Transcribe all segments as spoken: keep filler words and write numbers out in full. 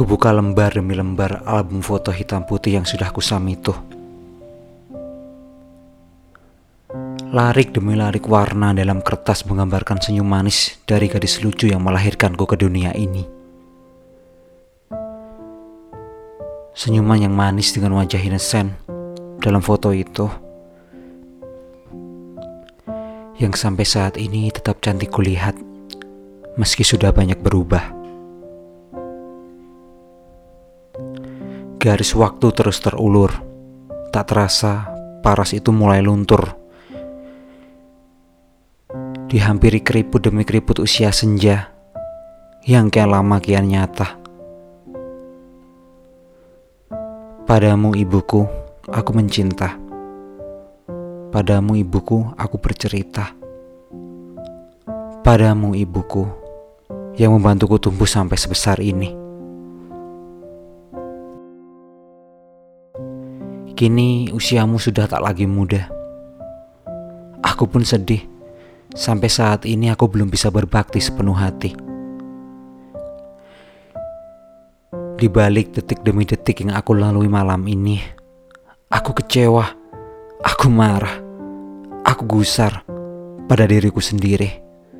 Kubuka lembar demi lembar album foto hitam putih yang sudah kusam itu. Larik demi larik warna dalam kertas menggambarkan senyum manis dari gadis lucu yang melahirkanku ke dunia ini. Senyuman yang manis dengan wajah innocent dalam foto itu, yang sampai saat ini tetap cantik kulihat meski sudah banyak berubah. Garis waktu terus terulur, tak terasa paras itu mulai luntur. Dihampiri keriput demi keriput usia senja yang kian lama kian nyata. Padamu ibuku, aku mencinta. Padamu ibuku, aku bercerita. Padamu ibuku, yang membantuku tumbuh sampai sebesar ini. Kini usiamu sudah tak lagi muda. Aku pun sedih. Sampai saat ini aku belum bisa berbakti sepenuh hati. Di balik detik demi detik yang aku lalui malam ini, aku kecewa, aku marah, aku gusar pada diriku sendiri.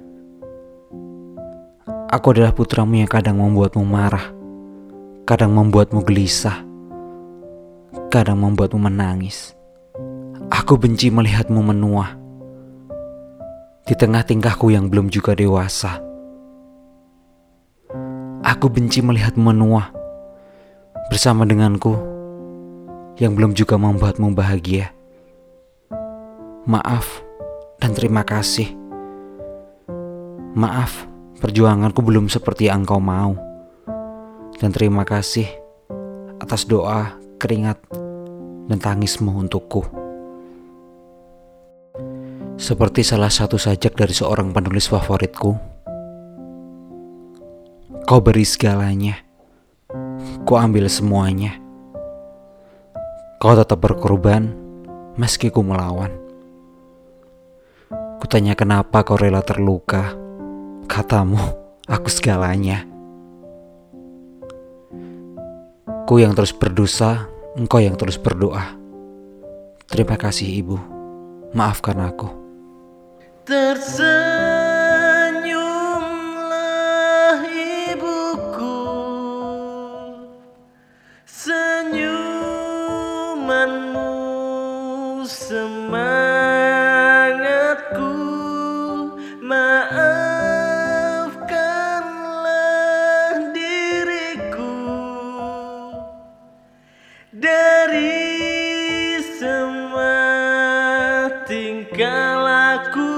Aku adalah putramu yang kadang membuatmu marah, kadang membuatmu gelisah, kadang membuatmu menangis. Aku benci melihatmu menua di tengah tingkahku yang belum juga dewasa. Aku benci melihatmu menua bersama denganku yang belum juga membuatmu bahagia. Maaf dan terima kasih. Maaf, perjuanganku belum seperti yang engkau mau. Dan terima kasih atas doa, keringat, dan tangismu untukku. Seperti salah satu sajak dari seorang penulis favoritku, kau beri segalanya, kau ambil semuanya. Kau tetap berkorban meski ku melawan. Kutanya kenapa kau rela terluka. Katamu, aku segalanya. Ku yang terus berdosa, engkau yang terus berdoa. Terima kasih ibu, maafkan aku. Tersenyumlah ibuku, senyumanmu semangatku. Maafkanlah diriku dari semua tingkah laku.